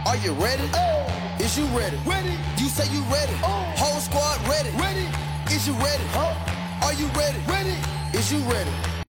Are you ready? Is you ready? You say you ready? Whole squad ready? Is you ready? Are you ready? Is you ready?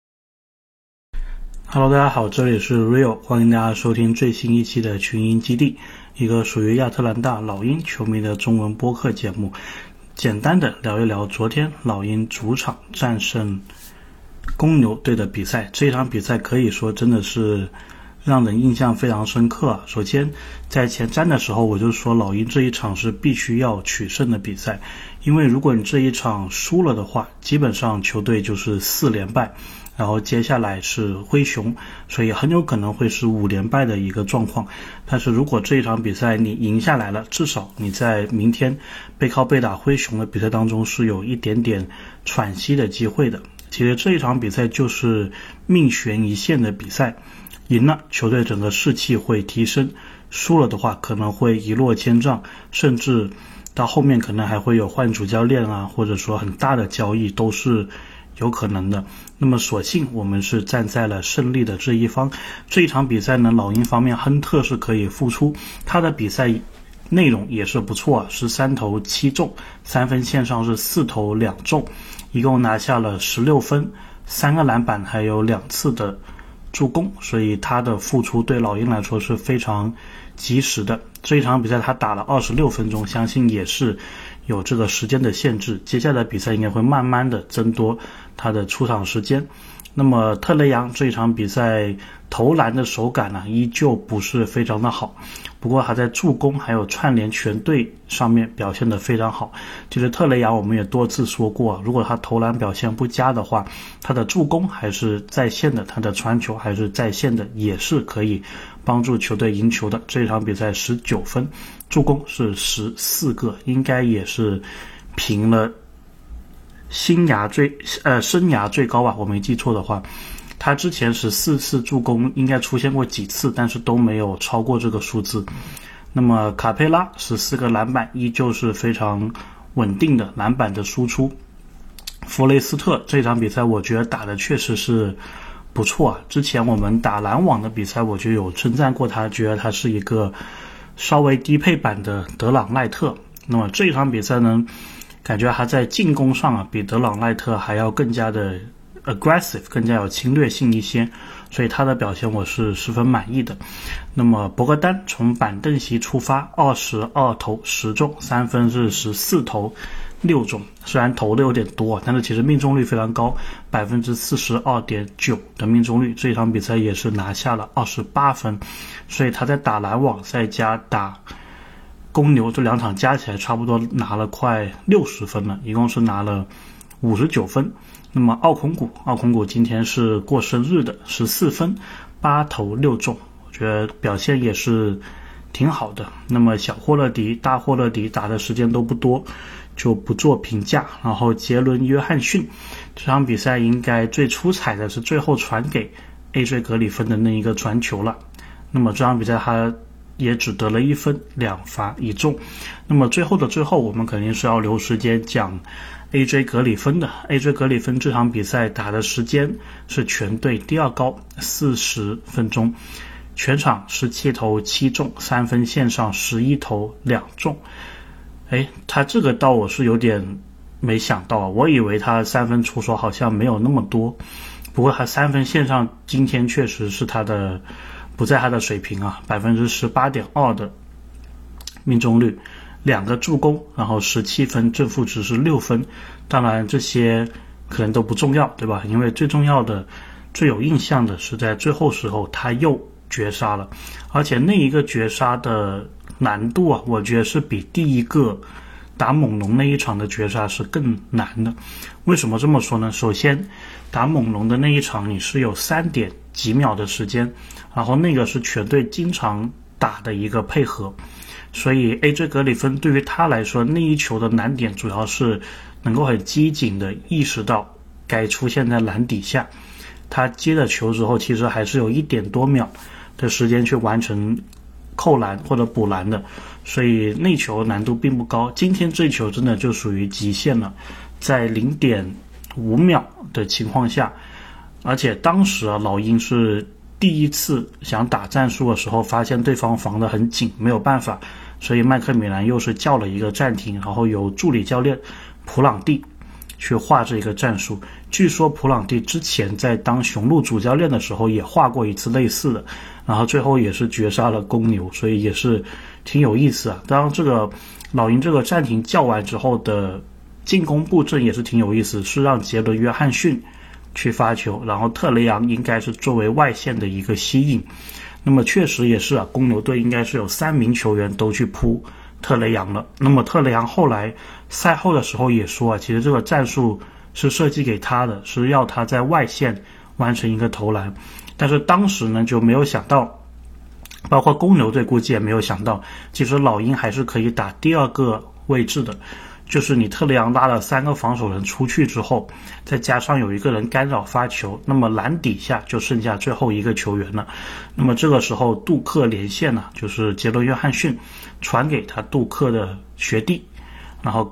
Hello， 大家好，这里是 Rio， 欢迎大家收听最新一期的群英基地，一个属于亚特兰大老鹰球迷的中文播客节目。简单的聊一聊昨天老鹰主场战胜公牛队的比赛。这一场比赛可以说真的是让人印象非常深刻啊。首先在前瞻的时候我就说老鹰这一场是必须要取胜的比赛，因为如果你这一场输了的话，基本上球队就是4连败，然后接下来是灰熊，所以很有可能会是5连败的一个状况。但是如果这一场比赛你赢下来了，至少你在明天背靠背打灰熊的比赛当中是有一点点喘息的机会的。其实这一场比赛就是命悬一线的比赛，赢了球队整个士气会提升，输了的话可能会一落千丈，甚至到后面可能还会有换主教练啊，或者说很大的交易都是有可能的。那么所幸我们是站在了胜利的这一方。这一场比赛呢，老鹰方面亨特是可以复出，他的比赛内容也是不错啊，13投7中，三分线上是4投2中，一共拿下了16分，3个篮板，还有2次的助攻，所以他的付出对老鹰来说是非常及时的。这一场比赛他打了26分钟，相信也是有这个时间的限制，接下来的比赛应该会慢慢的增多他的出场时间。那么特雷杨这一场比赛投篮的手感呢，依旧不是非常的好，不过他在助攻还有串联全队上面表现得非常好。其实特雷杨我们也多次说过，如果他投篮表现不佳的话，他的助攻还是在线的，他的传球还是在线的，也是可以帮助球队赢球的。这场比赛19分，助攻是14个，应该也是平了生涯最高吧，我没记错的话。他之前14次助攻应该出现过几次，但是都没有超过这个数字。那么卡佩拉14个篮板，依旧是非常稳定的篮板的输出。弗雷斯特这场比赛我觉得打的确实是不错啊，之前我们打篮网的比赛我就有称赞过他，觉得他是一个稍微低配版的德朗赖特。那么这一场比赛呢，感觉他在进攻上啊，比德朗赖特还要更加的 aggressive， 更加有侵略性一些，所以他的表现我是十分满意的。那么博格丹从板凳席出发，22投10中，三分是14投6中，虽然投的有点多，但是其实命中率非常高，42.9% 的命中率。这一场比赛也是拿下了28分，所以他在打篮网赛加打公牛这2场加起来差不多拿了快60分了，一共是拿了59分。那么奥孔古今天是过生日的，14分8投6中，我觉得表现也是挺好的。那么小霍勒迪大霍勒迪打的时间都不多，就不做评价。然后杰伦约翰逊这场比赛应该最出彩的是最后传给 AJ 格里芬的那一个传球了。那么这场比赛他也只得了1分2罚1中。那么最后的最后，我们肯定是要留时间讲 AJ 格里芬的。 AJ 格里芬这场比赛打的时间是全队第2高，40分钟，全场17投7中，三分线上11投2中。他这个倒我是有点没想到，我以为他三分出手好像没有那么多，不过他三分线上今天确实是他的不在他的水平啊，18.2% 的命中率，2个助攻，然后17分，正负值是6分。当然这些可能都不重要，对吧？因为最重要的最有印象的是在最后时候他又绝杀了，而且那一个绝杀的难度啊，我觉得是比第一个打猛龙那一场的绝杀是更难的。为什么这么说呢？首先打猛龙的那一场你是有3点几秒的时间，然后那个是全队经常打的一个配合，所以 AJ 格里芬对于他来说那一球的难点主要是能够很机警的意识到该出现在篮底下，他接了球之后其实还是有1点多秒的时间去完成扣篮或者补篮的，所以那球难度并不高。今天这球真的就属于极限了，在 0.5 秒的情况下，而且当时老鹰是第一次想打战术的时候，发现对方防得很紧，没有办法，所以麦克米兰又是叫了一个暂停，然后由助理教练普朗蒂去画这一个战术。据说普朗蒂之前在当雄鹿主教练的时候也画过一次类似的，然后最后也是绝杀了公牛，所以也是挺有意思啊。当然这个老鹰这个暂停叫完之后的进攻布阵也是挺有意思，是让杰伦约翰逊去发球，然后特雷杨应该是作为外线的一个吸引。那么确实也是啊，公牛队应该是有3名球员都去扑特雷杨了。那么特雷杨后来赛后的时候也说啊，其实这个战术是设计给他的，是要他在外线完成一个投篮，但是当时呢就没有想到，包括公牛队估计也没有想到，其实老鹰还是可以打第二个位置的，就是你特雷杨拉了3个防守人出去之后，再加上有一个人干扰发球，那么篮底下就剩下最后一个球员了。那么这个时候杜克连线了，就是杰伦约翰逊传给他杜克的学弟，然后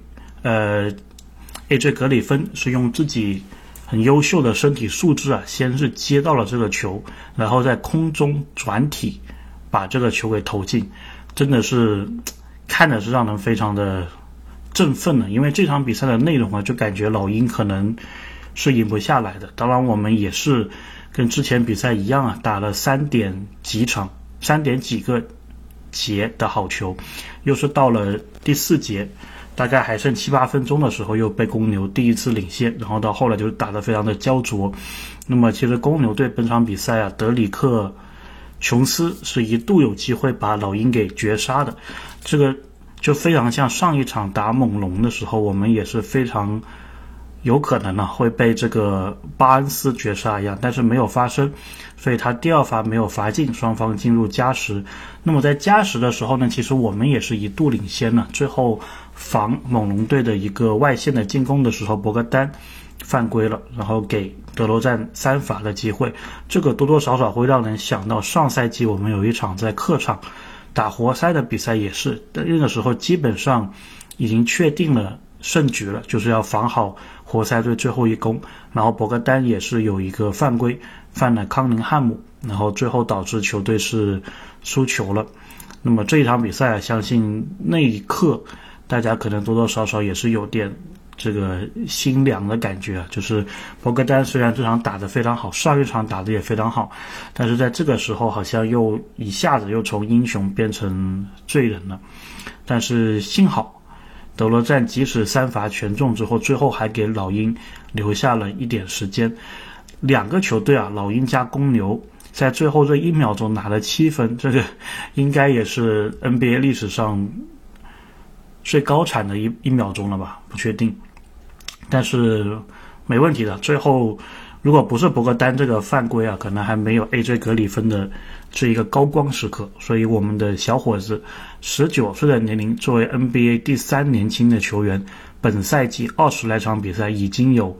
AJ 格里芬是用自己很优秀的身体素质啊，先是接到了这个球，然后在空中转体把这个球给投进，真的是看的是让人非常的振奋了。因为这场比赛的内容啊，就感觉老鹰可能是赢不下来的。当然我们也是跟之前比赛一样啊，打了3点几个节的好球，又是到了第4节大概还剩7-8分钟的时候又被公牛第一次领先，然后到后来就打得非常的焦灼。那么其实公牛队本场比赛啊，德里克琼斯是一度有机会把老鹰给绝杀的，这个就非常像上一场打猛龙的时候，我们也是非常有可能会被这个巴恩斯绝杀一样，但是没有发生，所以他第2罚没有罚进，双方进入加时。那么在加时的时候呢，其实我们也是一度领先了，最后防猛龙队的一个外线的进攻的时候，博格丹犯规了，然后给德罗赞3罚的机会。这个多多少少会让人想到上赛季我们有一场在客场打活塞的比赛也是，那个时候基本上已经确定了胜局了，就是要防好活塞队最后一攻，然后博格丹也是有一个犯规犯了康宁汉姆，然后最后导致球队是输球了。那么这一场比赛相信那一刻大家可能多多少少也是有点这个心凉的感觉啊，就是博格丹虽然这场打得非常好，上一场打得也非常好，但是在这个时候好像又一下子又从英雄变成罪人了。但是幸好德罗赞即使3罚全中之后，最后还给老鹰留下了一点时间。2个球队啊，老鹰加公牛在最后这1秒钟拿了7分，这个应该也是 NBA 历史上最高产的一秒钟了吧，不确定，但是没问题的。最后如果不是博格丹这个犯规啊，可能还没有 AJ 格里芬的这一个高光时刻。所以我们的小伙子19岁的年龄，作为 NBA 第3年轻的球员，本赛季20来场比赛已经有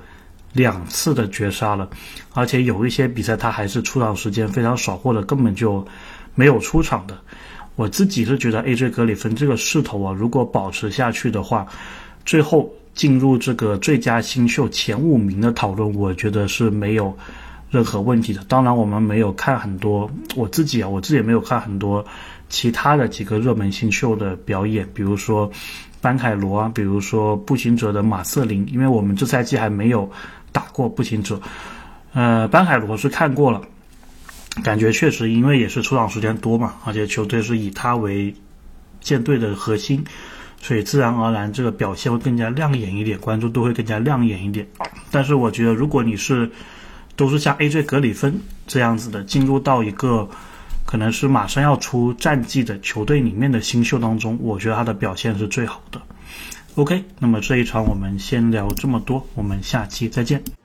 2次的绝杀了，而且有一些比赛他还是出场时间非常少，或者根本就没有出场的。我自己是觉得 AJ 格里芬这个势头啊，如果保持下去的话，最后进入这个最佳新秀前5名的讨论，我觉得是没有任何问题的。当然我们没有看很多，我自己也没有看很多其他的几个热门新秀的表演，比如说班凯罗啊，比如说步行者的马瑟林，因为我们这赛季还没有打过步行者。班凯罗是看过了，感觉确实因为也是出场时间多嘛，而且球队是以他为舰队的核心，所以自然而然这个表现会更加亮眼一点，关注度会更加亮眼一点。但是我觉得如果你都是像 AJ 格里芬这样子的，进入到一个可能是马上要出战绩的球队里面的新秀当中，我觉得他的表现是最好的。OK， 那么这一场我们先聊这么多，我们下期再见。